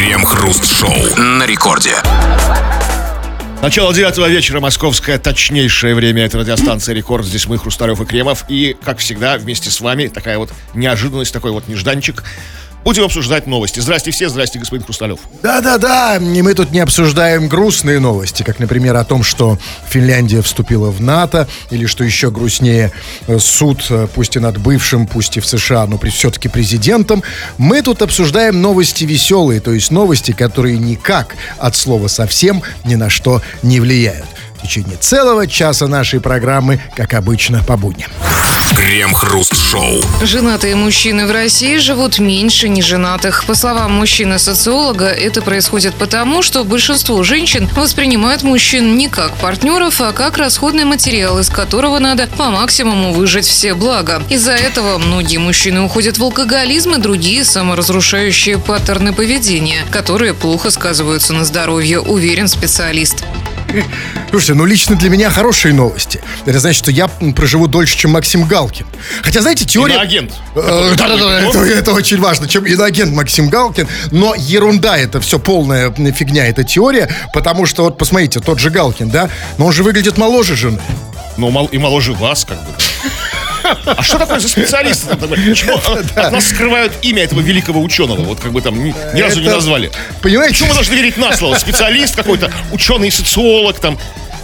Крем-хруст-шоу на рекорде. Начало 9 вечера, московское точнейшее время. Это радиостанция «Рекорд». Здесь мы, Хрусталев и Кремов. И, как всегда, вместе с вами такая вот неожиданность, такой вот нежданчик. Будем обсуждать новости. Здрасте все, здрасте, господин Хрусталев. Да-да-да, и мы тут не обсуждаем грустные новости, как, например, о том, что Финляндия вступила в НАТО, или, что еще грустнее, суд, пусть и над бывшим, пусть и в США, но все-таки президентом. Мы тут обсуждаем новости веселые, то есть новости, которые никак от слова совсем ни на что не влияют. В течение целого часа нашей программы, как обычно, по будням. Крем-хруст-шоу. Женатые мужчины в России живут меньше неженатых. По словам мужчины-социолога, это происходит потому, что большинство женщин воспринимают мужчин не как партнеров, а как расходный материал, из которого надо по максимуму выжать все блага. Из-за этого многие мужчины уходят в алкоголизм и другие саморазрушающие паттерны поведения, которые плохо сказываются на здоровье, уверен специалист. Слушайте, лично для меня хорошие новости. Это значит, что я проживу дольше, чем Максим Галкин. Хотя, знаете, теория... Иноагент. Да-да-да, это очень важно, чем иноагент Максим Галкин. Но ерунда, это все полная фигня, эта теория. Потому что, вот посмотрите, тот же Галкин, да? Но он же выглядит моложе жены. Ну, и моложе вас, как бы. А что такое за специалисты? Почему от нас скрывают имя этого великого ученого? Вот как бы там ни разу не назвали. Понимаете? Почему мы должны верить на слово? Специалист какой-то, ученый, социолог там.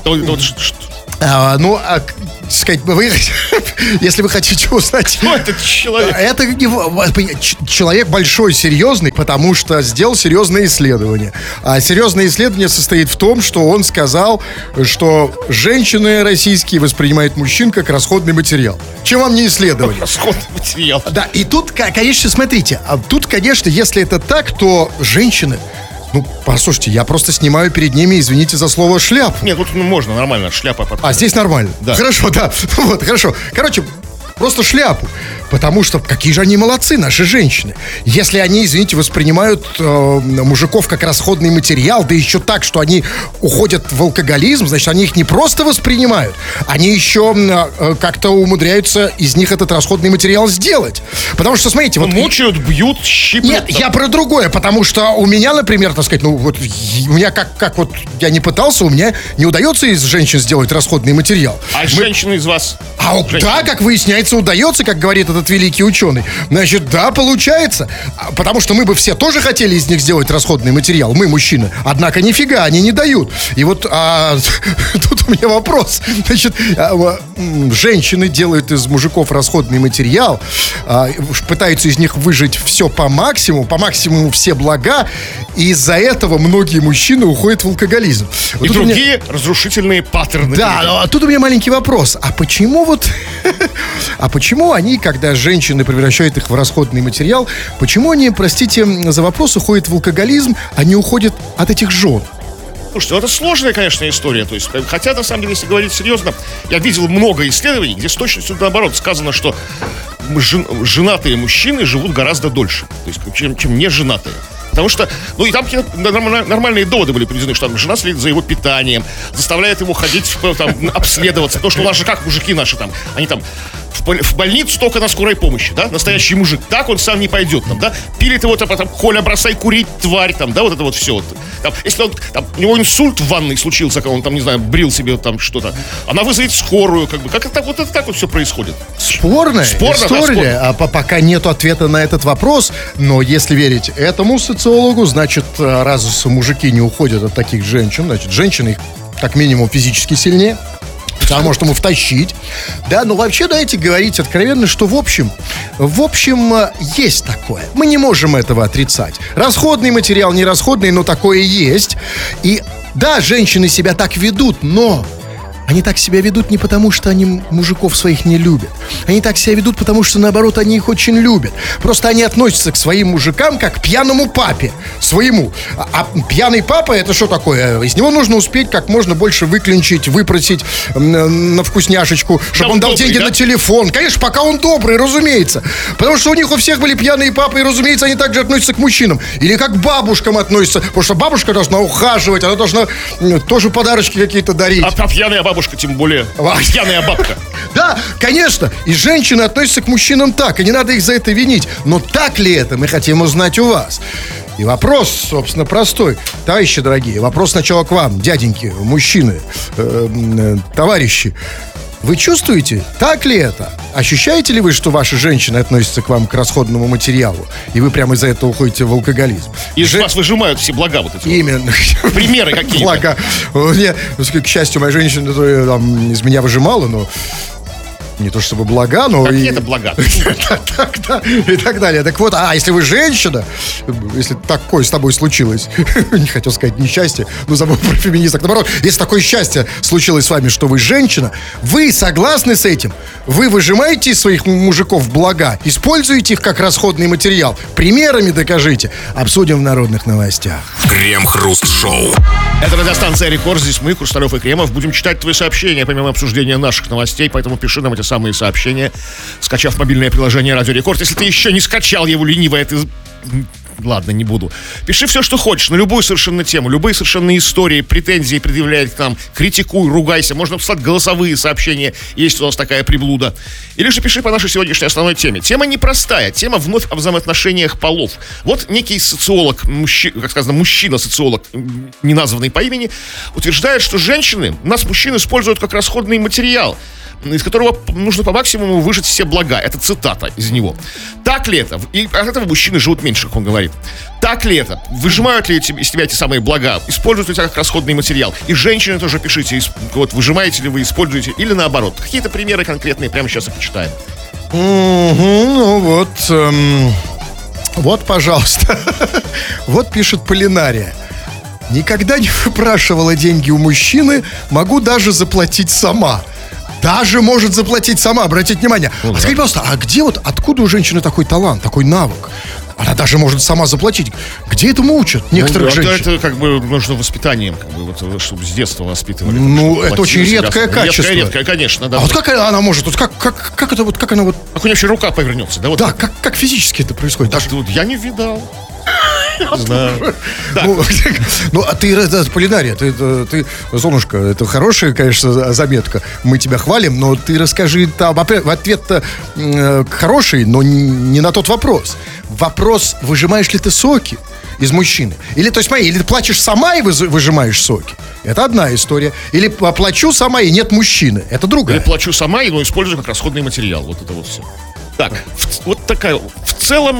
Сказать, если вы хотите узнать... Кто этот человек? Это человек большой, серьезный, потому что сделал серьезное исследование. А серьезное исследование состоит в том, что он сказал, что женщины российские воспринимают мужчин как расходный материал. Чем вам не исследование? Расходный материал. Да, и тут, конечно, смотрите, если это так, то женщины... послушайте, я просто снимаю перед ними, извините за слово, шляпу. Нет, тут можно, нормально, шляпа подходит. А здесь нормально? Да. Хорошо, да. Вот, хорошо. Короче, просто шляпу. Потому что какие же они молодцы, наши женщины. Если они, извините, воспринимают мужиков как расходный материал, да еще так, что они уходят в алкоголизм, значит, они их не просто воспринимают, они еще как-то умудряются из них этот расходный материал сделать. Потому что, смотрите... Мучают, бьют, щиплют. Нет, я про другое, потому что у меня, например, так сказать, у меня как вот я не пытался, у меня не удается из женщин сделать расходный материал. А женщины из вас? Да, как выясняется, удается, как говорит этот великий ученый. Значит, да, получается. Потому что мы бы все тоже хотели из них сделать расходный материал. Мы, мужчины. Однако нифига, они не дают. И вот тут у меня вопрос. Значит, женщины делают из мужиков расходный материал, пытаются из них выжать все по максимуму все блага. И из-за этого многие мужчины уходят в алкоголизм. И другие разрушительные паттерны. Да, а тут у меня маленький вопрос. А почему они, когда женщины превращают их в расходный материал, почему они, простите за вопрос, уходят в алкоголизм, а не уходят от этих жен? Слушайте, это сложная, конечно, история. То есть, хотя, на самом деле, если говорить серьезно, я видел много исследований, где с точностью наоборот сказано, что женатые мужчины живут гораздо дольше, то есть, чем не женатые. Потому что, и там нормальные доводы были приведены, что там жена следит за его питанием, заставляет его ходить, обследоваться. Потому что у нас же как мужики наши там, они там в больницу только на скорой помощи, да, настоящий мужик. Так он сам не пойдет, там, да, пилит его, там, Коля, бросай курить, тварь, там, да, вот это вот все. Там, если у него инсульт в ванной случился, когда он там, не знаю, брил себе там что-то, она вызовет скорую, как бы, как это вот так вот все происходит. Спорная история, а пока нету ответа на этот вопрос, но если верить этому социологу, значит, раз мужики не уходят от таких женщин, значит, женщины их как минимум физически сильнее, а может ему втащить. Да, но вообще, давайте говорить откровенно, что в общем, есть такое. Мы не можем этого отрицать. Расходный материал, не расходный, но такое есть. И да, женщины себя так ведут, но они так себя ведут не потому, что они мужиков своих не любят. Они так себя ведут, потому что, наоборот, они их очень любят. Просто они относятся к своим мужикам как к пьяному папе своему. А пьяный папа — это что такое? Из него нужно успеть как можно больше выклинчить, выпросить на вкусняшечку, чтобы он дал деньги на телефон. Конечно, пока он добрый, разумеется. Потому что у них у всех были пьяные папы, и, разумеется, они также относятся к мужчинам. Или как к бабушкам относятся. Потому что бабушка должна ухаживать, она должна тоже подарочки какие-то дарить. А пьяная бабушка, тем более пьяная бабка. Да, конечно. И женщины относятся к мужчинам так, и не надо их за это винить. Но так ли это, мы хотим узнать у вас. И вопрос, собственно, простой. Товарищи дорогие, вопрос сначала к вам, дяденьки, мужчины, товарищи. Вы чувствуете, так ли это? Ощущаете ли вы, что ваши женщины относятся к вам к расходному материалу? И вы прямо из-за этого уходите в алкоголизм? Из вас выжимают все блага вот эти. Именно. Примеры какие-то. Блага. К счастью, моя женщина там, из меня выжимала, но... Не то чтобы блага, но... Какие-то блага. И так далее. Так вот, если вы женщина, если такое с тобой случилось, не хотел сказать несчастье, но забыл про феминисток, наоборот, если такое счастье случилось с вами, что вы женщина, вы согласны с этим? Вы выжимаете из своих мужиков блага, используете их как расходный материал. Примерами докажите. Обсудим в народных новостях. Крем-хруст-шоу. Это радиостанция «Рекорд». Здесь мы, Хрусталев и Кремов, будем читать твои сообщения, помимо обсуждения наших новостей, поэтому пиши нам эти самые сообщения, скачав мобильное приложение «Радио Рекорд». Если ты еще не скачал его, ленивая ты... Ладно, не буду. Пиши все, что хочешь, на любую совершенно тему, любые совершенно истории, претензии предъявляй к нам, критикуй, ругайся. Можно послать голосовые сообщения, есть у нас такая приблуда. Или же пиши по нашей сегодняшней основной теме. Тема непростая, тема вновь о взаимоотношениях полов. Вот некий социолог, мужчина-социолог, не названный по имени, утверждает, что женщины, нас, мужчин, используют как расходный материал, из которого нужно по максимуму выжать все блага. Это цитата из него. Так ли это? И от этого мужчины живут меньше, как он говорит. Так ли это? Выжимают ли из тебя эти самые блага? Используют ли тебя как расходный материал? И женщины тоже пишите, вот выжимаете ли вы, используете, или наоборот. Какие-то примеры конкретные прямо сейчас и почитаем. Ну вот, пожалуйста. Вот пишет Полинария. Никогда не выпрашивала деньги у мужчины, могу даже заплатить сама. Даже может заплатить сама, обратите внимание. Скажите, пожалуйста, а где вот, откуда у женщины такой талант, такой навык? Она даже может сама заплатить. Где этому учат некоторых женщин? Это как бы нужно воспитанием, как бы, вот, чтобы с детства воспитывали. Ну, это очень редкое качество. Редкое, конечно, да. А вот как она может, вот как это вот, как она вот... Как у нее вообще рука повернется, да? Вот да, как физически это происходит? Даже вот я не видал. Знаю. Ну, а ты, Полинария, ты, солнышко, это хорошая, конечно, заметка. Мы тебя хвалим, но ты расскажи там в ответ-то хороший, но не на тот вопрос. Вопрос, выжимаешь ли ты соки из мужчины? Или, то есть, смотри, или ты плачешь сама и выжимаешь соки. Это одна история. Или плачу сама и нет мужчины. Это другая. Или плачу сама, но использую как расходный материал. Вот это вот все. Так, вот такая. В целом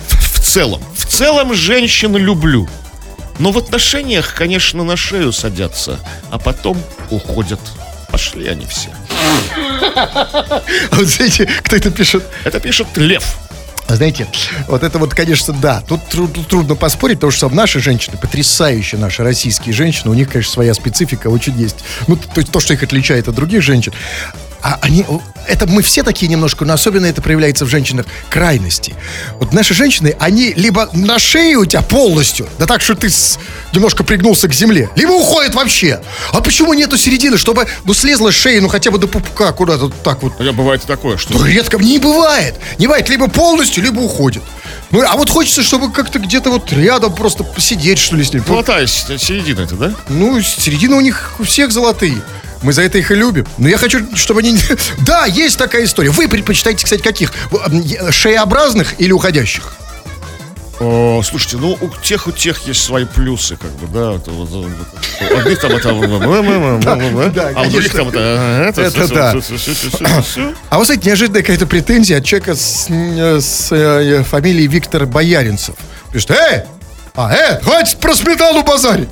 женщин люблю. Но в отношениях, конечно, на шею садятся, а потом уходят. Пошли они все. А вот знаете, кто это пишет? Это пишет Лев. Знаете, вот это вот, конечно, да. Тут трудно поспорить, потому что наши женщины, потрясающие наши российские женщины, у них, конечно, своя специфика очень есть. Ну, то есть то, что их отличает от других женщин. А они, это мы все такие немножко, но особенно это проявляется в женщинах крайности. Вот наши женщины, они либо на шее у тебя полностью, да так, что ты немножко пригнулся к земле, либо уходят вообще. А почему нету середины, чтобы, слезла с шеи, хотя бы до пупка куда-то так вот. Бывает и такое, что... Редко, не бывает. Не бывает, либо полностью, либо уходит. Ну, а вот хочется, чтобы как-то где-то вот рядом просто посидеть, что ли, с ним. Золотая середина это, да? Ну, середина у них у всех золотые. Мы за это их и любим. Но я хочу, чтобы они... Да, есть такая история. Вы предпочитаете, кстати, каких? Шееобразных или уходящих? Слушайте, ну у тех есть свои плюсы, как бы, да. У одних там это... А у других там это... да. А вот, кстати, неожиданная какая-то претензия от человека с фамилией Виктор Бояринцев. Пишет, хватит про сметану базарить.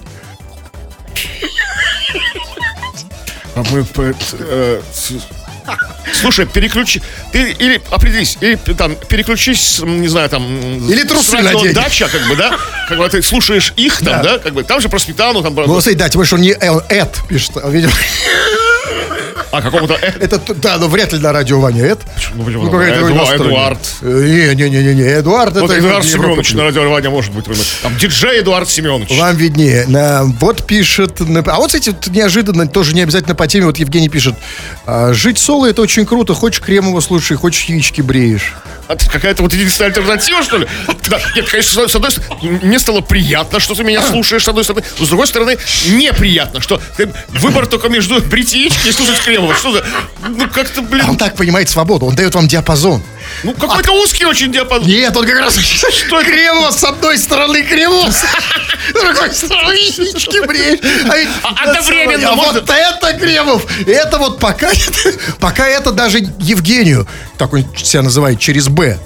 Слушай, переключи. Ты или определись, или там переключись, не знаю, там. Или трусы надень. Дача, как бы, да? Как бы ты слушаешь их там, да? Как бы там же про сметану, там. Ну, смотри, да, тем более, что не Эд пишет, видимо. А какому-то Это, да, но вряд ли на радио Ваня Эд. Эдуард. Не, Эдуард. Вот Эдуард Семенович на радио Ваня может быть. Там диджей Эдуард Семенович. Вам виднее. Вот пишет. А вот, кстати, неожиданно, тоже не обязательно по теме. Вот Евгений пишет. Жить соло — это очень круто. Хочешь кремово слушай, хочешь яички бреешь. Это какая-то вот единственная альтернатива, что ли? Да, нет, конечно, с одной стороны, мне стало приятно, что ты меня слушаешь, с одной стороны. Но с другой стороны, неприятно, что ты выбор только между брить яички и слушать Кремова. Кремова? Что за... Ну, как-то, блин... Он так понимает свободу, он дает вам диапазон. Ну, какой-то узкий очень диапазон. Нет, он как раз... Что Кремов с одной стороны Кремов, с другой стороны яички бреешь. Одновременно А можно... вот это Кремов. Это вот пока это даже Евгению, так он себя называет, через «Б»,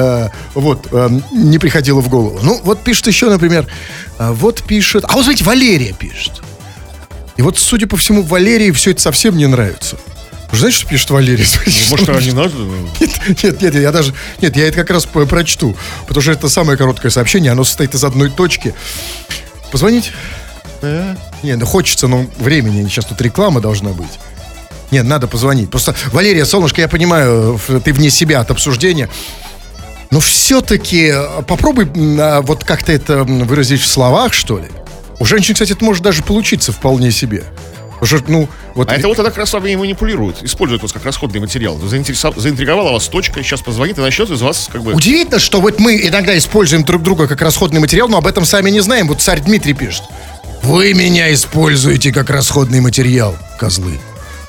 не приходило в голову. Ну, вот пишет еще, например, вот пишет... А вот, смотрите, Валерия пишет. И вот, судя по всему, Валерии все это совсем не нравится. Вы знаете, что пишет Валерий? Может, она не надо? Нет, я это как раз прочту. Потому что это самое короткое сообщение, оно состоит из одной точки. Позвонить? Нет, хочется, но времени. Сейчас тут реклама должна быть. Нет, надо позвонить. Просто, Валерия, солнышко, я понимаю, ты вне себя от обсуждения. Но все-таки попробуй вот как-то это выразить в словах, что ли. У женщин, кстати, это может даже получиться вполне себе. А это вот она как раз вами манипулирует, использует вас как расходный материал. Заинтриговала вас точка, сейчас позвонит и начнет из вас как бы... Удивительно, что вот мы иногда используем друг друга как расходный материал, но об этом сами не знаем. Вот царь Дмитрий пишет: вы меня используете как расходный материал, козлы.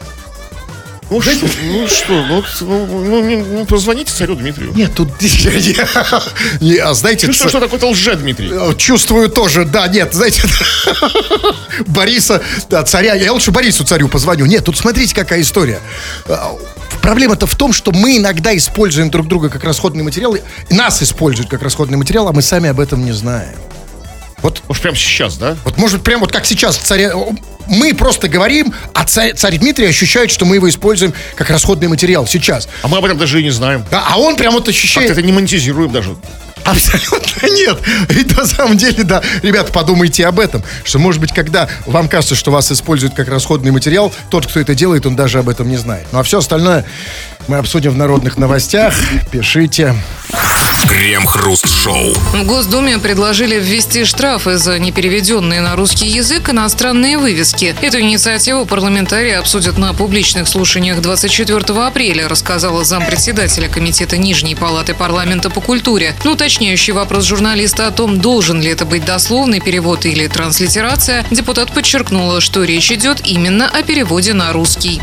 Позвоните царю Дмитрию. Нет, тут... знаете... Чувствую, что такое-то лже-Дмитрий. Чувствую тоже, да, нет, знаете... Бориса, да, царя... Я лучше Борису царю позвоню. Нет, тут смотрите, какая история. Проблема-то в том, что мы иногда используем друг друга как расходный материал, нас используют как расходный материал, а мы сами об этом не знаем. Вот, может, прямо сейчас, да? Вот, может, прямо вот как сейчас царя... Мы просто говорим, а царь Дмитрий ощущает, что мы его используем как расходный материал сейчас. А мы об этом даже и не знаем. Да, а он прям вот ощущает... Как-то это не монетизируем даже. Абсолютно нет. Ведь на самом деле, да, ребята, подумайте об этом. Что, может быть, когда вам кажется, что вас используют как расходный материал, тот, кто это делает, он даже об этом не знает. Ну, а все остальное мы обсудим в народных новостях. Пишите. Крем-хруст-шоу. В Госдуме предложили ввести штрафы за непереведенные на русский язык иностранные вывески. Эту инициативу парламентарии обсудят на публичных слушаниях 24 апреля, рассказала зампредседателя Комитета Нижней палаты парламента по культуре. На уточняющий вопрос журналиста о том, должен ли это быть дословный перевод или транслитерация, депутат подчеркнула, что речь идет именно о переводе на русский.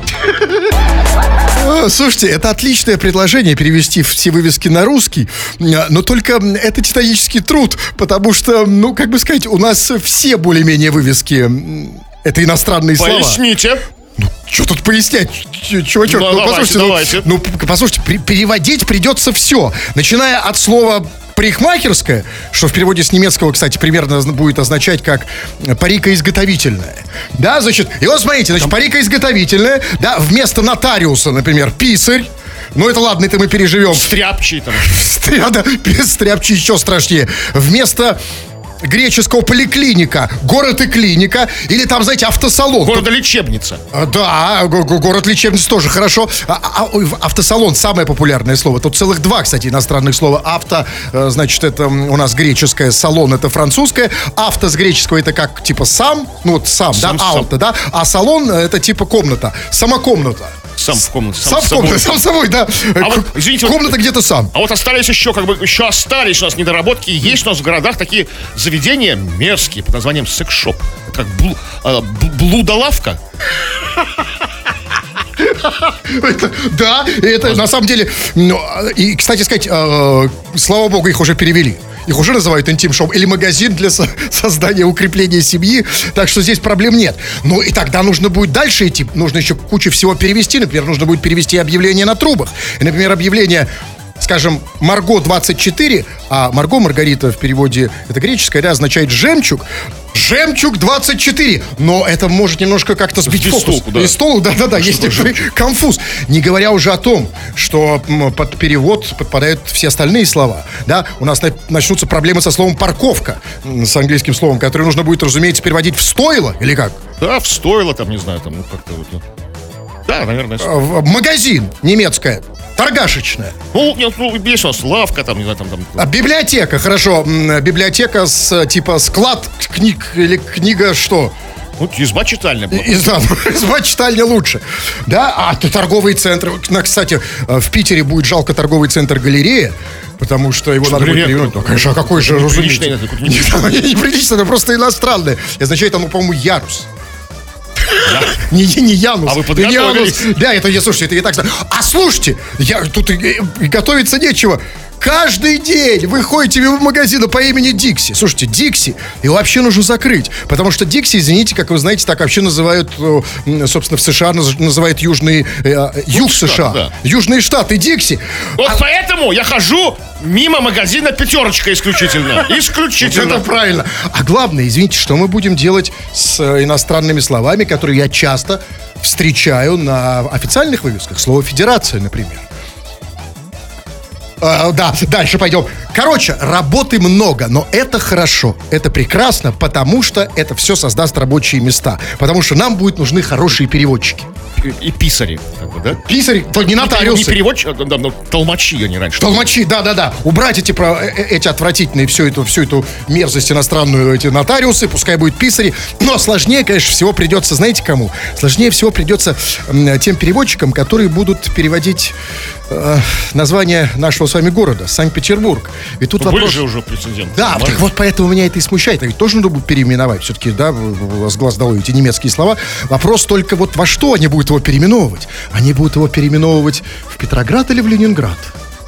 Слушайте, это отличное предложение перевести все вывески на русский, но только это титанический труд, потому что, ну, как бы сказать, у нас все более-менее вывески это иностранные слова. Поясните. Ну, что тут пояснять, чувачок? Давайте. Послушайте, переводить придется все, начиная от слова парикмахерская, что в переводе с немецкого, кстати, примерно будет означать как парикоизготовительная. Да, значит, и вот смотрите, значит, парикоизготовительная, да, вместо нотариуса, например, писарь. Ну, это ладно, это мы переживем. Стряпчий там. Стряпчий еще страшнее. Вместо греческого поликлиника, город и клиника, или там, знаете, автосалон. Городолечебница. Да, город-лечебница тоже хорошо. Автосалон самое популярное слово. Тут целых два, кстати, иностранных слова. Авто, значит, это у нас греческое, салон это французское. Авто с греческого это как типа сам, ну вот сам, да, ауто, да. А салон это типа комната, сама комната. Сам в комнате. Сам в комнате, сам собой, да. Извините, комната где-то сам. А вот остались еще, еще остались у нас недоработки. Есть у нас в городах такие заведения мерзкие под названием секс-шоп. Это как блудолавка. Да, это на самом деле. И, кстати сказать, слава богу, их уже перевели. Их уже называют интим-шоп или магазин для создания, укрепления семьи. Так что здесь проблем нет. Ну и тогда нужно будет дальше идти. Нужно еще кучу всего перевести. Например, нужно будет перевести объявление на трубах. И, например, объявление, скажем, Марго 24, а Марго, Маргарита в переводе, это греческое, да, означает жемчуг. Жемчуг 24. Но это может немножко как-то сбить фокус. Из толку, да, есть конфуз. Не говоря уже о том, что под перевод подпадают все остальные слова. Да, у нас начнутся проблемы со словом парковка, с английским словом, которое нужно будет, разумеется, переводить в стойло, или как? Да, в стойло, там, не знаю, там, ну, как-то вот. Да, наверное. Магазин немецкое. Торгашечная. Ну, есть у нас лавка, там, не знаю, там. Библиотека, хорошо. Библиотека с типа склад книг или книга что? Ну, изба-читальня. Изба-читальня лучше. Да, а торговые центры. Кстати, в Питере будет жалко торговый центр галерея, потому что его надо будет перевернуть. Ну, конечно, а какой же, разумеется. Неприлично, это просто иностранное. Означает, оно, по-моему, ярус. Не Янус. А вы подготовились. Да, слушайте, это я так знаю. А слушайте, тут и готовиться нечего. Каждый день вы ходите в магазин по имени Дикси. Слушайте, Дикси его вообще нужно закрыть. Потому что Дикси, извините, как вы знаете, так вообще называют, собственно, в США называют юг США. Да. Южные штаты Дикси. Вот поэтому я хожу мимо магазина «Пятерочка» исключительно. Исключительно. Это правильно. А главное, извините, что мы будем делать с иностранными словами, которые я часто встречаю на официальных вывесках. Слово «федерация», например. Да, дальше пойдем. Короче, работы много, но это хорошо, это прекрасно, потому что это все создаст рабочие места. Потому что нам будут нужны хорошие переводчики. И писари, как бы, да? Писари, то не нотариусы. Не переводчики, но толмачи они раньше. Толмачи, да. Убрать эти отвратительные, всю эту мерзость иностранную, эти нотариусы, пускай будет писари. Но сложнее, конечно, всего придется, знаете кому? Сложнее всего придется тем переводчикам, которые будут переводить название нашего с вами города, Санкт-Петербург. И тут были вопрос... же уже прецеденты. Да, так вот поэтому меня это и смущает. Ведь тоже надо будет переименовать. Все-таки, да, с глаз долой эти немецкие слова. Вопрос только вот во что они будут его переименовывать. Они будут его переименовывать в Петроград или в Ленинград?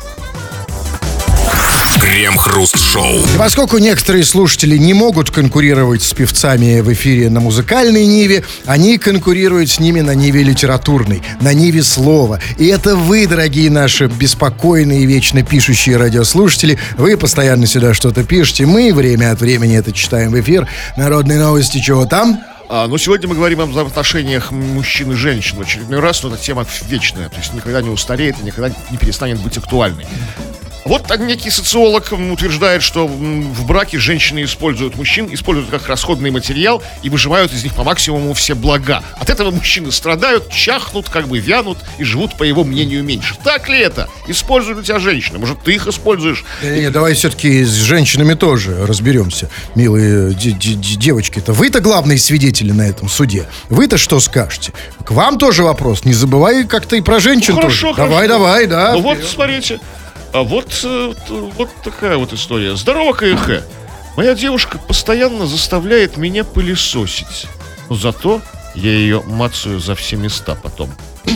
Крем-хруст-шоу. И поскольку некоторые слушатели не могут конкурировать с певцами в эфире на музыкальной ниве, они конкурируют с ними на ниве литературной, на ниве слова. И это вы, дорогие наши беспокойные и вечно пишущие радиослушатели, вы постоянно сюда что-то пишете, мы время от времени это читаем в эфир. Народные новости, чего там? Но сегодня мы говорим об отношениях мужчин и женщин в очередной раз, но эта тема вечная, то есть никогда не устареет и никогда не перестанет быть актуальной. Вот некий социолог утверждает, что в браке женщины используют мужчин, используют как расходный материал и выжимают из них по максимуму все блага. От этого мужчины страдают, чахнут, как бы вянут и живут, по его мнению, меньше. Так ли это? Используют ли тебя женщины? Может, ты их используешь? Не, давай все-таки с женщинами тоже разберемся, милые девочки-то. Вы-то главные свидетели на этом суде. Вы-то что скажете? К вам тоже вопрос. Не забывай как-то и про женщин хорошо, тоже. хорошо. Давай, да. Ну вот, смотрите. А вот такая вот история. Здорово, КХ. Моя девушка постоянно заставляет меня пылесосить. Но зато я ее мацаю за все места потом.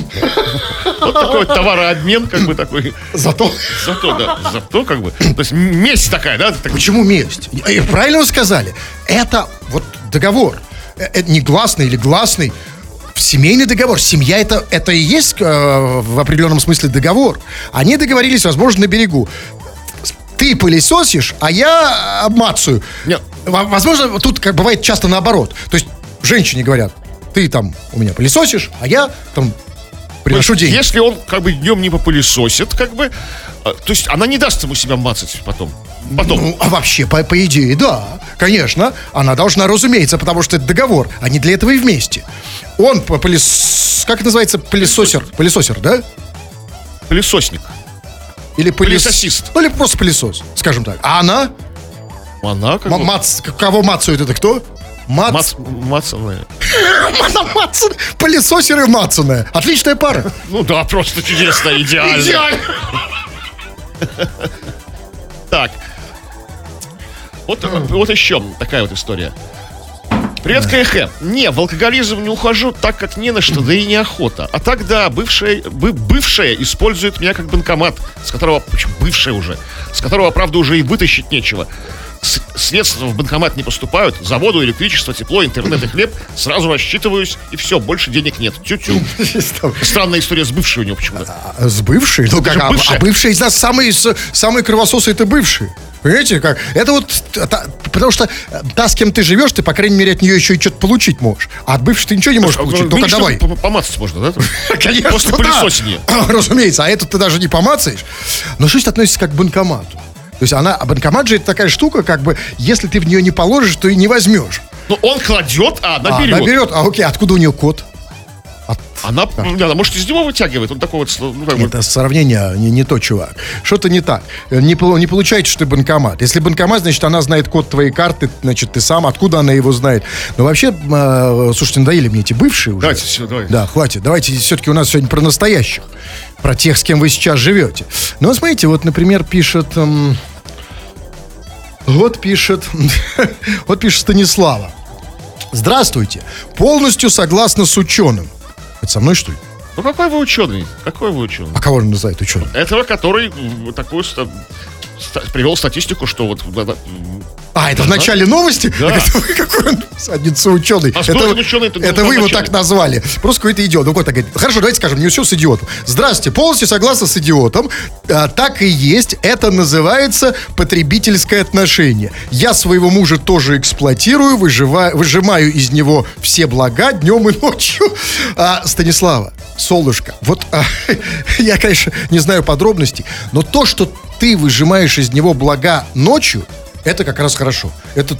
Вот такой вот товарообмен, как бы такой. Зато, как бы. То есть месть такая, да? Почему месть? Правильно вы сказали. Это вот договор. Это негласный или гласный. Семейный договор. Семья это и есть в определенном смысле договор. Они договорились, возможно, на берегу. Ты пылесосишь, а я мацаю. Нет. Возможно, тут как бывает часто наоборот. То есть женщине говорят: ты там у меня пылесосишь, а я там приношу деньги. Если он как бы днем не попылесосит, как бы, то есть она не даст ему себя мацать потом. Ну, а вообще, по идее, да, конечно, она должна, разумеется, потому что это договор. Они для этого и вместе. Он как это называется, пылесосер, да? Пылесосник. Или пылесосист. Ну, или просто пылесос, скажем так. А она? Она как бы... Кого мацают, это кто? Мацаная. Она мацаная. Пылесосер и мацаная. Отличная пара. Ну да, просто чудесно, идеально. Так. Вот еще такая вот история. Привет, КХ. Не, в алкоголизм не ухожу, так как не на что, да и неохота. А тогда бывшая использует меня как банкомат, с которого, почему бывшая уже, с которого, правда, уже и вытащить нечего. Средства в банкомат не поступают, за воду, электричество, тепло, интернет и хлеб сразу рассчитываюсь, и все, больше денег нет. Тю-тю. Странная история с бывшей у него почему-то. С бывшей? Ну как, а бывшие из нас самые кровососы — это бывшие. Понимаете, как? Это вот, потому что та, с кем ты живешь, ты, по крайней мере, от нее еще и что-то получить можешь. А от бывшей ты ничего не можешь получить, только давай. Помацать можно, да? Конечно, после пылесосения. Разумеется, а эту ты даже не помацаешь. Но что это относится как к банкомату? То есть банкомат же это такая штука, как бы, если ты в нее не положишь, то и не возьмешь. Ну, он кладет, а она берет. Она берет, окей, откуда у нее код? Она может, из него вытягивает. Он такой вот... Это сравнение не то, чувак. Что-то не так. Не получается, что ты банкомат. Если банкомат, значит, она знает код твоей карты, значит, ты сам. Откуда она его знает? Но вообще, слушайте, надоели мне эти бывшие уже. Давайте, все, давайте. Да, хватит. Давайте все-таки у нас сегодня про настоящих. Про тех, с кем вы сейчас живете. Ну, смотрите, вот, например, пишет Станислава. Здравствуйте. Полностью согласна с ученым. Это со мной, что ли? Ну какой вы ученый? Какой вы ученый? А кого он называет ученым? Этого, который такую привел статистику, что вот... Это в начале новости? Да. Какой он задница ученый? Это вы его так назвали. Просто какой-то идиот. Ну, так говорит. Хорошо, давайте скажем, не все с идиотом. Здравствуйте, полностью согласна с идиотом. Так и есть. Это называется потребительское отношение. Я своего мужа тоже эксплуатирую, выжимаю из него все блага днем и ночью. Станислава, солнышко, вот я, конечно, не знаю подробностей, но то, что ты выжимаешь из него блага ночью, это как раз хорошо. Это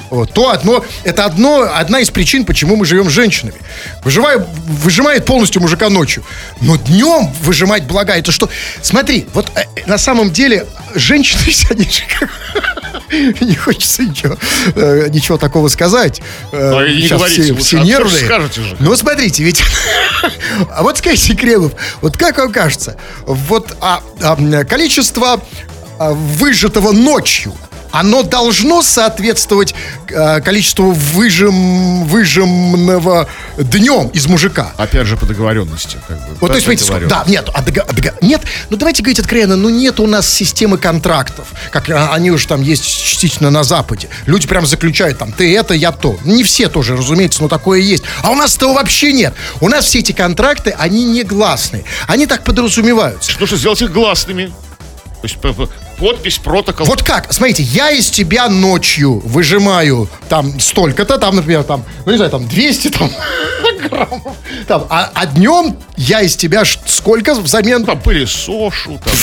одна из причин, почему мы живем с женщинами. Выжимает полностью мужика ночью. Но днем выжимать блага, это что? Смотри, вот на самом деле женщины, они же не хочется ничего такого сказать. Не говорите, все нервные. Скажете же. Ну, смотрите, ведь... А вот скажите, Кремов, вот как вам кажется, вот количество выжатого ночью, оно должно соответствовать количеству выжимного днем из мужика. Опять же, по договоренности. Вот, то есть, нет, ну давайте говорить откровенно, нет у нас системы контрактов, как они уж там есть частично на Западе. Люди прям заключают там, ты это, я то. Не все тоже, разумеется, но такое есть. А у нас этого вообще нет. У нас все эти контракты, они негласные. Они так подразумеваются. Что сделать их гласными? То есть подпись, протокол. Вот как? Смотрите, я из тебя ночью выжимаю там столько-то, там, например, там, ну не знаю, там 200 там, граммов. Там, а днем я из тебя сколько взамен? Там пылесошу, там.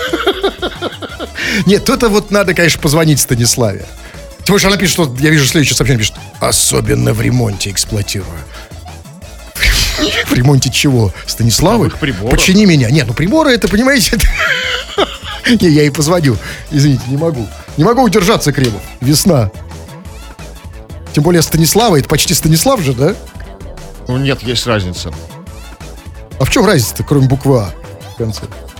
Нет, это вот надо, конечно, позвонить Станиславе. Тем более, она пишет, что я вижу следующее сообщение, пишет, особенно в ремонте эксплуатирую. В ремонте чего? Станиславы? Почини меня. Нет, ну приборы, это, понимаете, это... Не, я ей позвоню. Извините, не могу. Не могу удержаться, Кремов. Весна. Тем более Станислава, это почти Станислав же, да? Ну нет, есть разница. А в чем разница-то, кроме буквы А в конце?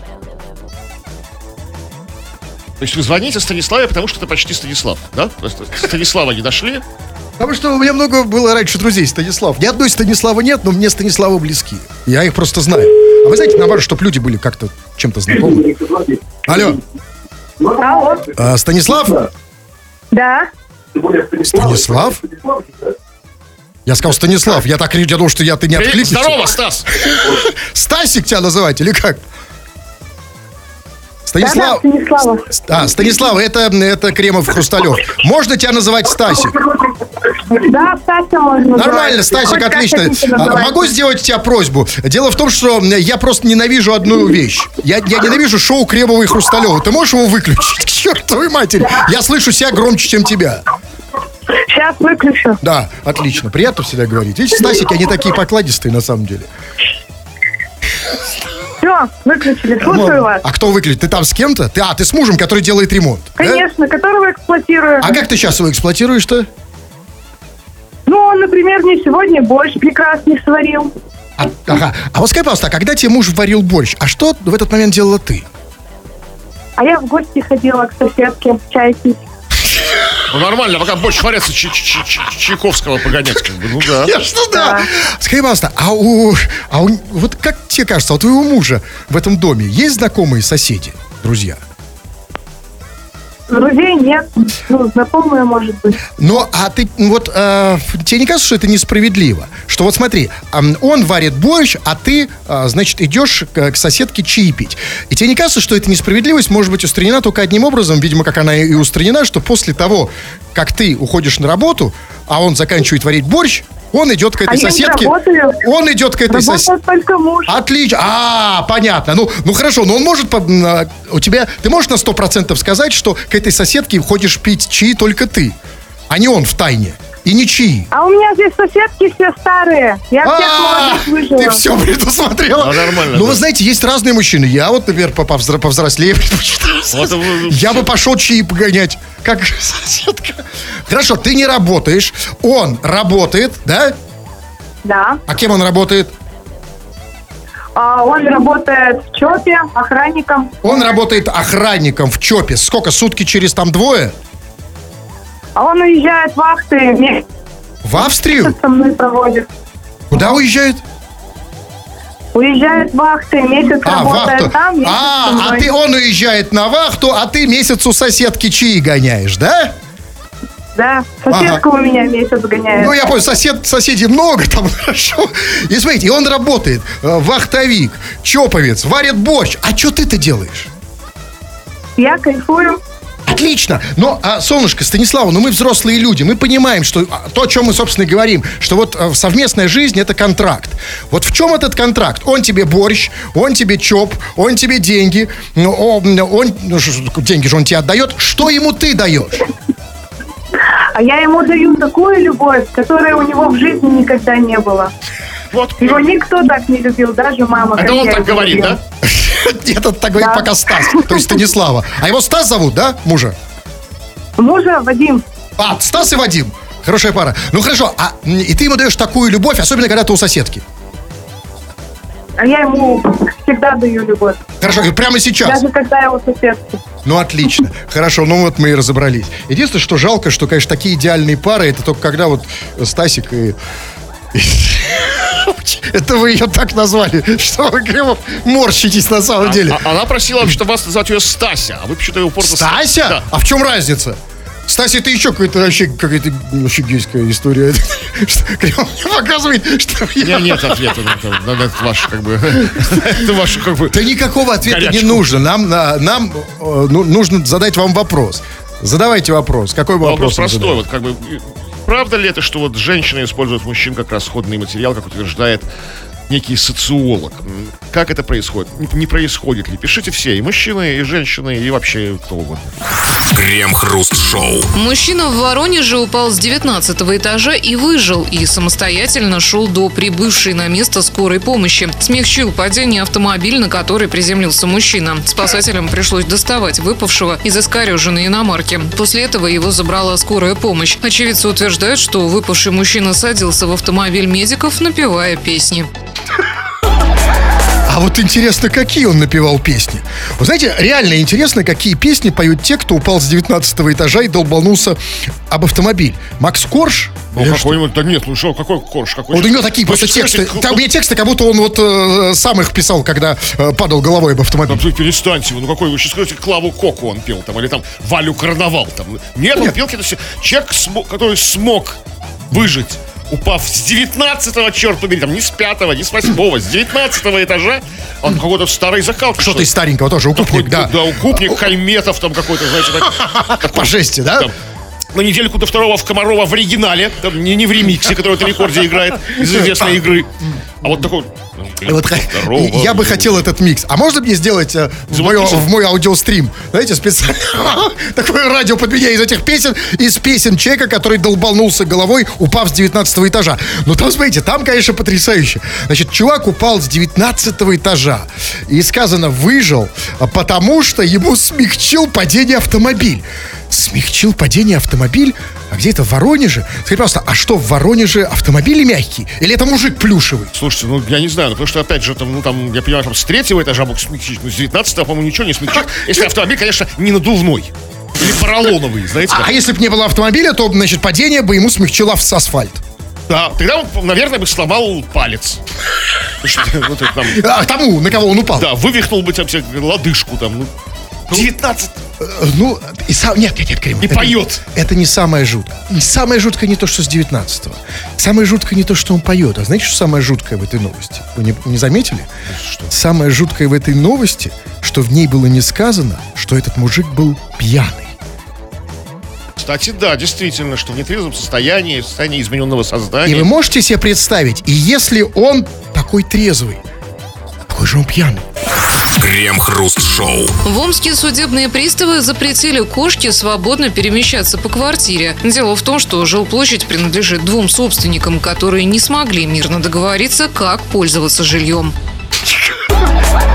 То есть вы звоните Станиславе, потому что это почти Станислав, да? Станислава не дошли? Потому что у меня много было раньше друзей Станислав. Ни одной Станислава нет, но мне Станиславы близки. Я их просто знаю. А вы знаете, наоборот, чтобы люди были как-то чем-то знакомы. Алло. Алло. Станислав? Да. Станислав? Я сказал Станислав. Я думал, что ты не откликнешься. Здорово, Стас. Стасик тебя называть или как? Станислава. Станислава, это Кремов Хрусталев. Можно тебя называть Стасик? Да, Стася можно. Нормально, Стасик, отлично. Могу сделать тебе просьбу? Дело в том, что я просто ненавижу одну вещь. Я ненавижу шоу Кремова и Хрусталева. Ты можешь его выключить? К чертовой матери. Я слышу себя громче, чем тебя. Сейчас выключу. Да, отлично. Приятно всегда говорить. Видите, Стасики, они такие покладистые на самом деле. Все, выключили, слушаю вас. А кто выключит? Ты там с кем-то? Ты с мужем, который делает ремонт? Конечно, да? Которого эксплуатирую. А как ты сейчас его эксплуатируешь-то? Ну, он, например, мне сегодня борщ прекрасный сварил. Ага. А вот скажи, пожалуйста, когда тебе муж варил борщ, а что в этот момент делала ты? А я в гости ходила к соседке чай пить. Ну, нормально, пока борщ варится, Чайковского погонять, как бы, ну да. Конечно, да. Скажи, пожалуйста, вот как тебе кажется, у твоего мужа в этом доме есть знакомые соседи, друзья? Друзей нет, знакомые, может быть. Ну, а ты, вот, тебе не кажется, что это несправедливо? Что вот смотри, он варит борщ, а ты, значит, идешь к соседке чаи пить. И тебе не кажется, что эта несправедливость может быть устранена только одним образом, видимо, как она и устранена, что после того, как ты уходишь на работу, а он заканчивает варить борщ, он идет к этой соседке. Он идет к этой соседке. Только муж. Отлично. Понятно. Ну хорошо, но он может у тебя. Ты можешь на 100% сказать, что к этой соседке ходишь пить чаи только ты, а не он в тайне. И не чаи. А у меня здесь соседки все старые. Я всех молодых выжила. Ты все предусмотрела. Нормально. Ну, вы знаете, есть разные мужчины. Я вот, например, повзрослее предпочитаю. Я бы пошел чаи погонять. Как соседка. Хорошо, ты не работаешь. Он работает, да? Да. А кем он работает? Он работает в ЧОПе, охранником. Он работает охранником в ЧОПе. Сколько? Сутки через там 2? А он уезжает в вахты В Австрию? Со мной проводит. Куда уезжает? Уезжает в вахты, месяц работает вахту. там, месяц со мной. Он уезжает на вахту, а ты месяц у соседки чаи гоняешь, да? Да, соседка у меня месяц гоняет. Ну, я понял, соседей много там, хорошо. И смотрите, и он работает, вахтовик, чоповец, варит борщ. А что ты-то делаешь? Я кайфую. Отлично. Но, солнышко, Станислава, мы взрослые люди. Мы понимаем, что то, о чем мы, собственно, и говорим, что вот совместная жизнь — это контракт. Вот в чем этот контракт? Он тебе борщ, он тебе чоп, он тебе деньги. Деньги же он тебе отдает. Что ему ты даешь? А я ему даю такую любовь, которой у него в жизни никогда не было. Вот. Его никто так не любил, даже мама. Это он так говорит, да? Этот так говорит пока Стас, то есть Станислава. А его Стас зовут, да, мужа? Мужа Вадим. Стас и Вадим. Хорошая пара. Ну хорошо, и ты ему даешь такую любовь, особенно когда ты у соседки. А я ему всегда даю любовь. Хорошо, и прямо сейчас. Даже когда я у соседки. Ну, отлично. Хорошо, ну вот мы и разобрались. Единственное, что жалко, что, конечно, такие идеальные пары, это только когда вот Стасик и... Это вы ее так назвали, что вы прямо морщитесь на самом деле. Она просила вообще-то вас назвать ее Стася, а вы почему-то ее упорно... Стася? Да. А в чем разница? Стася, это еще какая-то гейская история. Мне показывает, что я... Нет ответа на этот ваш, как бы... Это ваш, как бы... Да никакого ответа не нужно. Нам нужно задать вам вопрос. Задавайте вопрос. Какой бы вопрос? Вопрос простой, вот как бы... Правда ли это, что вот женщины используют мужчин как расходный материал, как утверждает некий социолог? Как это происходит? Не происходит ли? Пишите все, и мужчины, и женщины, и вообще кто угодно. Крем-хруст-шоу. Мужчина в Воронеже упал с 19-го этажа и выжил, и самостоятельно шел до прибывшей на место скорой помощи. Смягчил падение автомобиль, на который приземлился мужчина. Спасателям пришлось доставать выпавшего из искореженной иномарки. После этого его забрала скорая помощь. Очевидцы утверждают, что выпавший мужчина садился в автомобиль медиков, напевая песни. А вот интересно, какие он напевал песни. Вы знаете, реально интересно, какие песни поют те, кто упал с 19-го этажа и долбанулся об автомобиль. Макс Корж? Ну, какой-нибудь, да нет, ну что, какой Корж? Какой... Вот у него такие просто тексты. Там у меня тексты, как будто он вот сам их писал, когда падал головой об автомобиль. Вы перестаньте, ну какой, вы сейчас скажете, Клаву Коку он пел там, или там Валю Карнавал там. Нет, он пел какие-то... Человек, который смог выжить, упав с 19-го, черт побери, там, не с 5-го, не с 8-го, с 19-го этажа, он какой-то старый закалки. Что-то из старенького тоже, укупник, да. Да, укупник, Хайметов там какой-то, знаете, так. По жести, да? Там, на недельку до второго в Комарова в оригинале, там, не в ремиксе, который на рекорде играет из известной игры. А вот такой... Вот, я бы хотел этот микс. А можно мне сделать в мой аудиострим, знаете, специально такое радио под меня из песен человека, который долбанулся головой, упав с 19-го этажа. Ну там, смотрите, там, конечно, потрясающе. Значит, чувак упал с 19-го этажа. И сказано, выжил, потому что ему смягчил падение автомобиль. Смягчил падение автомобиль? А где это, в Воронеже? Скажи, пожалуйста, а что, в Воронеже автомобили мягкие? Или это мужик плюшевый? Слушайте, ну, я не знаю, потому что, опять же, там, я понимаю, там, с 3-го этажа мог смягчить, но с 19-го, по-моему, ничего не смягчить, если автомобиль, конечно, не надувной. Или поролоновый, знаете. А если бы не было автомобиля, то, значит, падение бы ему смягчило асфальт. Да, тогда он, наверное, бы сломал палец. Тому, на кого он упал. Да, вывихнул бы там лодыжку там, 19. Ну, нет, Крем. И поет. Это не самое жуткое. Самое жуткое не то, что с 19-го. Самое жуткое не то, что он поет. А знаете, что самое жуткое в этой новости? Вы не заметили? Что? Самое жуткое в этой новости, что в ней было не сказано, что этот мужик был пьяный. Кстати, да, действительно, что в нетрезвом состоянии, в состоянии измененного сознания. И вы можете себе представить, и если он такой трезвый, какой же он пьяный? Крем-хруст-шоу. В Омске судебные приставы запретили кошке свободно перемещаться по квартире. Дело в том, что жилплощадь принадлежит двум собственникам, которые не смогли мирно договориться, как пользоваться жильем.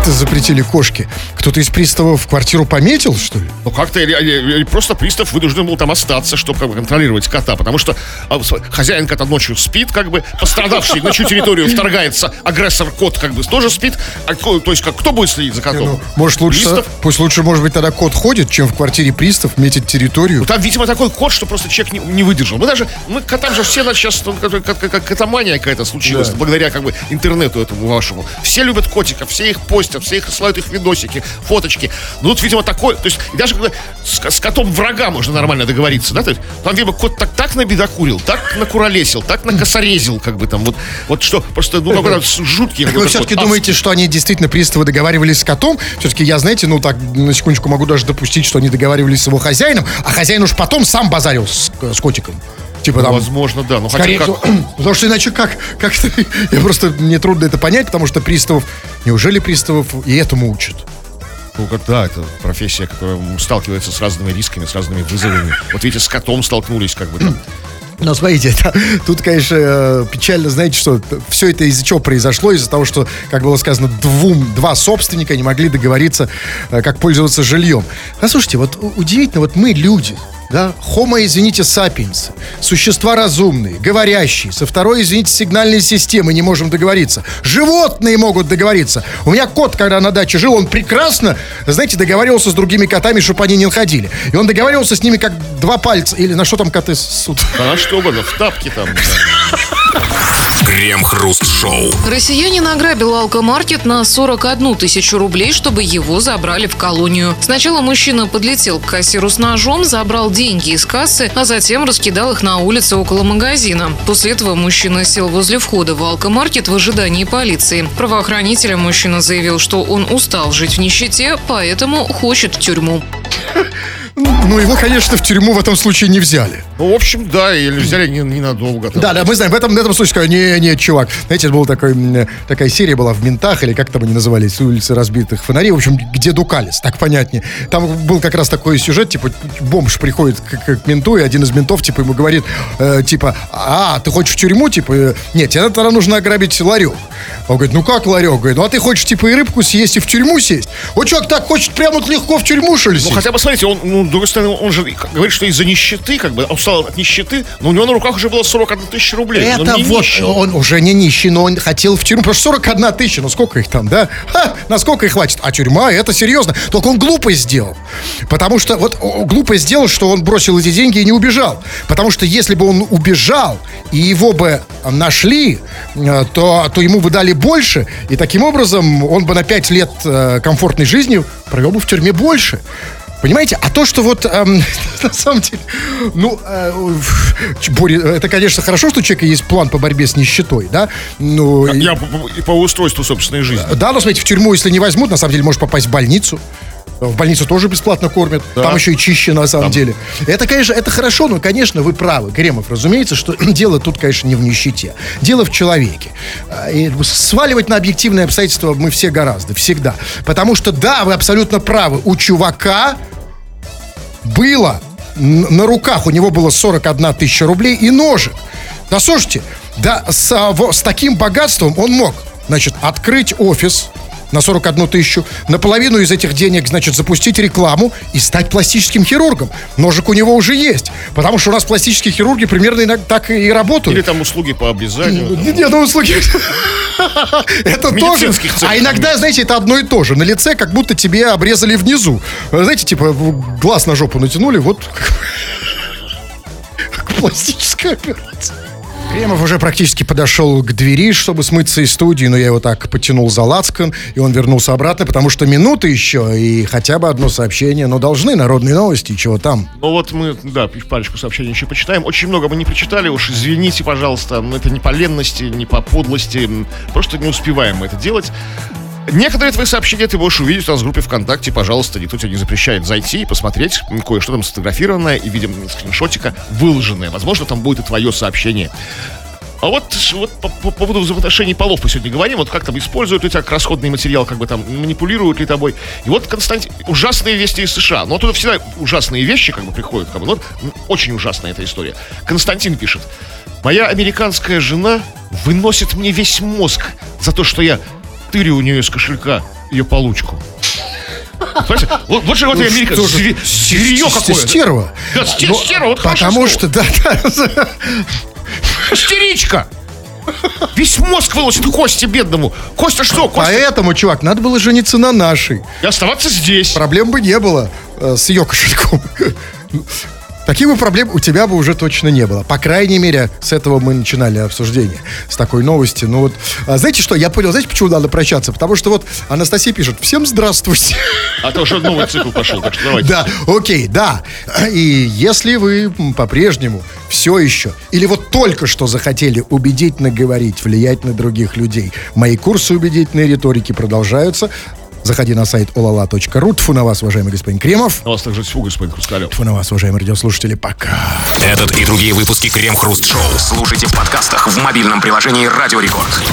это запретили кошки? Кто-то из приставов квартиру пометил, что ли? Ну, как-то или просто пристав вынужден был там остаться, чтобы как бы контролировать кота. Потому что хозяин кота ночью спит, как бы, пострадавший на чью территорию вторгается агрессор-кот, как бы, тоже спит. То есть, кто будет следить за котом? Ну, может, лучше, пусть лучше, может быть, тогда кот ходит, чем в квартире пристав метит территорию. Ну, там, видимо, такой кот, что просто человек не выдержал. Мы котам же все сейчас, как котомания какая-то случилась, да, благодаря, как бы, интернету этому вашему. Все любят котиков, все их постят, все их ссылают их видосики, фоточки. Ну, тут, видимо, такой, то есть, даже когда с котом врага можно нормально договориться, да, то есть, там, видимо, кот так набедокурил, так накуролесил, так накосорезил, как бы там, вот что, просто, ну, какой-то жуткий. Вы все-таки думаете, что они действительно, приставы, договаривались с котом? Все-таки я, знаете, ну, так, на секундочку могу даже допустить, что они договаривались с его хозяином, а хозяин уж потом сам базарил с котиком. Типа, там, возможно, да. Но скорее всего, потому что иначе как-то я просто, мне трудно это понять, потому что неужели приставов и этому учат? Ну, да, это профессия, которая сталкивается с разными рисками, с разными вызовами. Вот видите, с котом столкнулись, как бы там. Но смотрите, тут, конечно, печально, знаете, что все это из-за чего произошло? Из-за того, что, как было сказано, два собственника не могли договориться, как пользоваться жильем. А слушайте, вот удивительно, вот мы люди, да, homo, извините, sapiens, существа разумные, говорящие, со второй, извините, сигнальной системы не можем договориться. Животные могут договориться. У меня кот, когда на даче жил, он прекрасно, знаете, договаривался с другими котами, чтобы они не находили. И он договаривался с ними как два пальца. Или на что там коты ссут? А на что, в тапки там. Крем-хруст-шоу. Россиянин ограбил алкомаркет на 41 тысячу рублей, чтобы его забрали в колонию. Сначала мужчина подлетел к кассиру с ножом, забрал деньги из кассы, а затем раскидал их на улице около магазина. После этого мужчина сел возле входа в алкомаркет в ожидании полиции. Правоохранителям мужчина заявил, что он устал жить в нищете, поэтому хочет в тюрьму. Ну, его, конечно, в тюрьму в этом случае не взяли. Ну, в общем, да, или взяли ненадолго. Да, мы знаем, в этом случае сказали, не, чувак. Знаете, была такая серия была в «Ментах», или как там они назывались, «Улицы разбитых фонарей», в общем, где Дукалис, так понятнее. Там был как раз такой сюжет, типа, бомж приходит к менту, и один из ментов, типа, ему говорит, типа, ты хочешь в тюрьму? Типа, нет, тебе тогда нужно ограбить ларек. Он говорит, ну как ларек? Говорит, ну а ты хочешь, типа, и рыбку съесть, и в тюрьму сесть? Вот чувак так хочет прямо вот легко в тюрьму, что ли, сесть? Ну, хотя бы, смотрите, с другой стороны, он же говорит, что из-за нищеты, как бы, устал от нищеты, но у него на руках уже было 41 тысяча рублей. Это вот, он уже не нищий, но он хотел в тюрьму, потому что 41 тысяча, ну сколько их там, да? Насколько их хватит? А тюрьма, это серьезно. Только он глупость сделал. Потому что, вот, глупость сделал, что он бросил эти деньги и не убежал. Потому что если бы он убежал, и его бы нашли, то ему бы дали больше, и таким образом он бы на 5 лет комфортной жизни провел бы в тюрьме больше. Понимаете? А то, что вот на самом деле, ну, это, конечно, хорошо, что у человека есть план по борьбе с нищетой, да? Ну, и по устройству собственной жизни. Да, но, смотрите, в тюрьму, если не возьмут, на самом деле, может попасть в больницу. В больницу тоже бесплатно кормят. Да. Там еще и чище, на самом деле. Это, конечно, это хорошо, но, конечно, вы правы, Кремов, разумеется, что дело тут, конечно, не в нищете. Дело в человеке. И сваливать на объективные обстоятельства мы все гораздо, всегда. Потому что, да, вы абсолютно правы, у чувака было на руках, у него было 41 тысяча рублей и ножик. Да, слушайте, да, с таким богатством он мог, значит, открыть офис на 41 тысячу, наполовину из этих денег, значит, запустить рекламу и стать пластическим хирургом. Ножик у него уже есть, потому что у нас пластические хирурги примерно так и работают. Или там услуги по обрезанию. Нет, услуги... Это тоже. А иногда, знаете, это одно и то же. На лице как будто тебе обрезали внизу. Знаете, типа, глаз на жопу натянули, вот... Пластическая операция. Кремов уже практически подошел к двери, чтобы смыться из студии, но я его так потянул за лацкан, и он вернулся обратно, потому что минуты еще, и хотя бы одно сообщение, но должны народные новости, чего там. Ну вот мы, да, парочку сообщений еще почитаем. Очень много мы не прочитали, уж извините, пожалуйста, но это не по ленности, не по подлости, просто не успеваем мы это делать. Некоторые твои сообщения ты можешь увидеть у нас в группе ВКонтакте. Пожалуйста, никто тебе не запрещает зайти и посмотреть кое-что там сфотографированное и видим скриншотика выложенное. Возможно, там будет и твое сообщение. А вот по поводу взаимоотношений полов мы сегодня говорим. Вот как там используют ли тебя как расходный материал, как бы там манипулируют ли тобой. И вот, Константин, ужасные вести из США. Но оттуда всегда ужасные вещи как бы приходят. Как бы, но очень ужасная эта история. Константин пишет: моя американская жена выносит мне весь мозг за то, что я тырю у нее из кошелька ее получку. Понимаете? Вот же вот и Америка, зверье какое-то. Стерва. Да, стерва, вот хорошо Потому слово. что, да. Истеричка. Весь мозг вылазит кости бедному. Костя что? Костя? Поэтому, чувак, надо было жениться на нашей. И оставаться здесь. Проблем бы не было с ее кошельком. Таких бы проблем у тебя бы уже точно не было. По крайней мере, с этого мы начинали обсуждение. С такой новости. Ну вот, знаете что, я понял, знаете, почему надо прощаться? Потому что вот Анастасия пишет: всем здравствуйте. А то уже новый цикл пошел, так что давайте. Да, окей, да. И если вы по-прежнему все еще, или вот только что захотели убедительно говорить, влиять на других людей, мои курсы убедительной риторики продолжаются. Заходи на сайт olala.ru. Тьфу на вас, уважаемый господин Кремов. На вас также тьфу, господин Хрускалев. Тьфу на вас, уважаемые радиослушатели. Пока. Этот и другие выпуски Крем-Хруст Шоу слушайте в подкастах в мобильном приложении Радио Рекорд.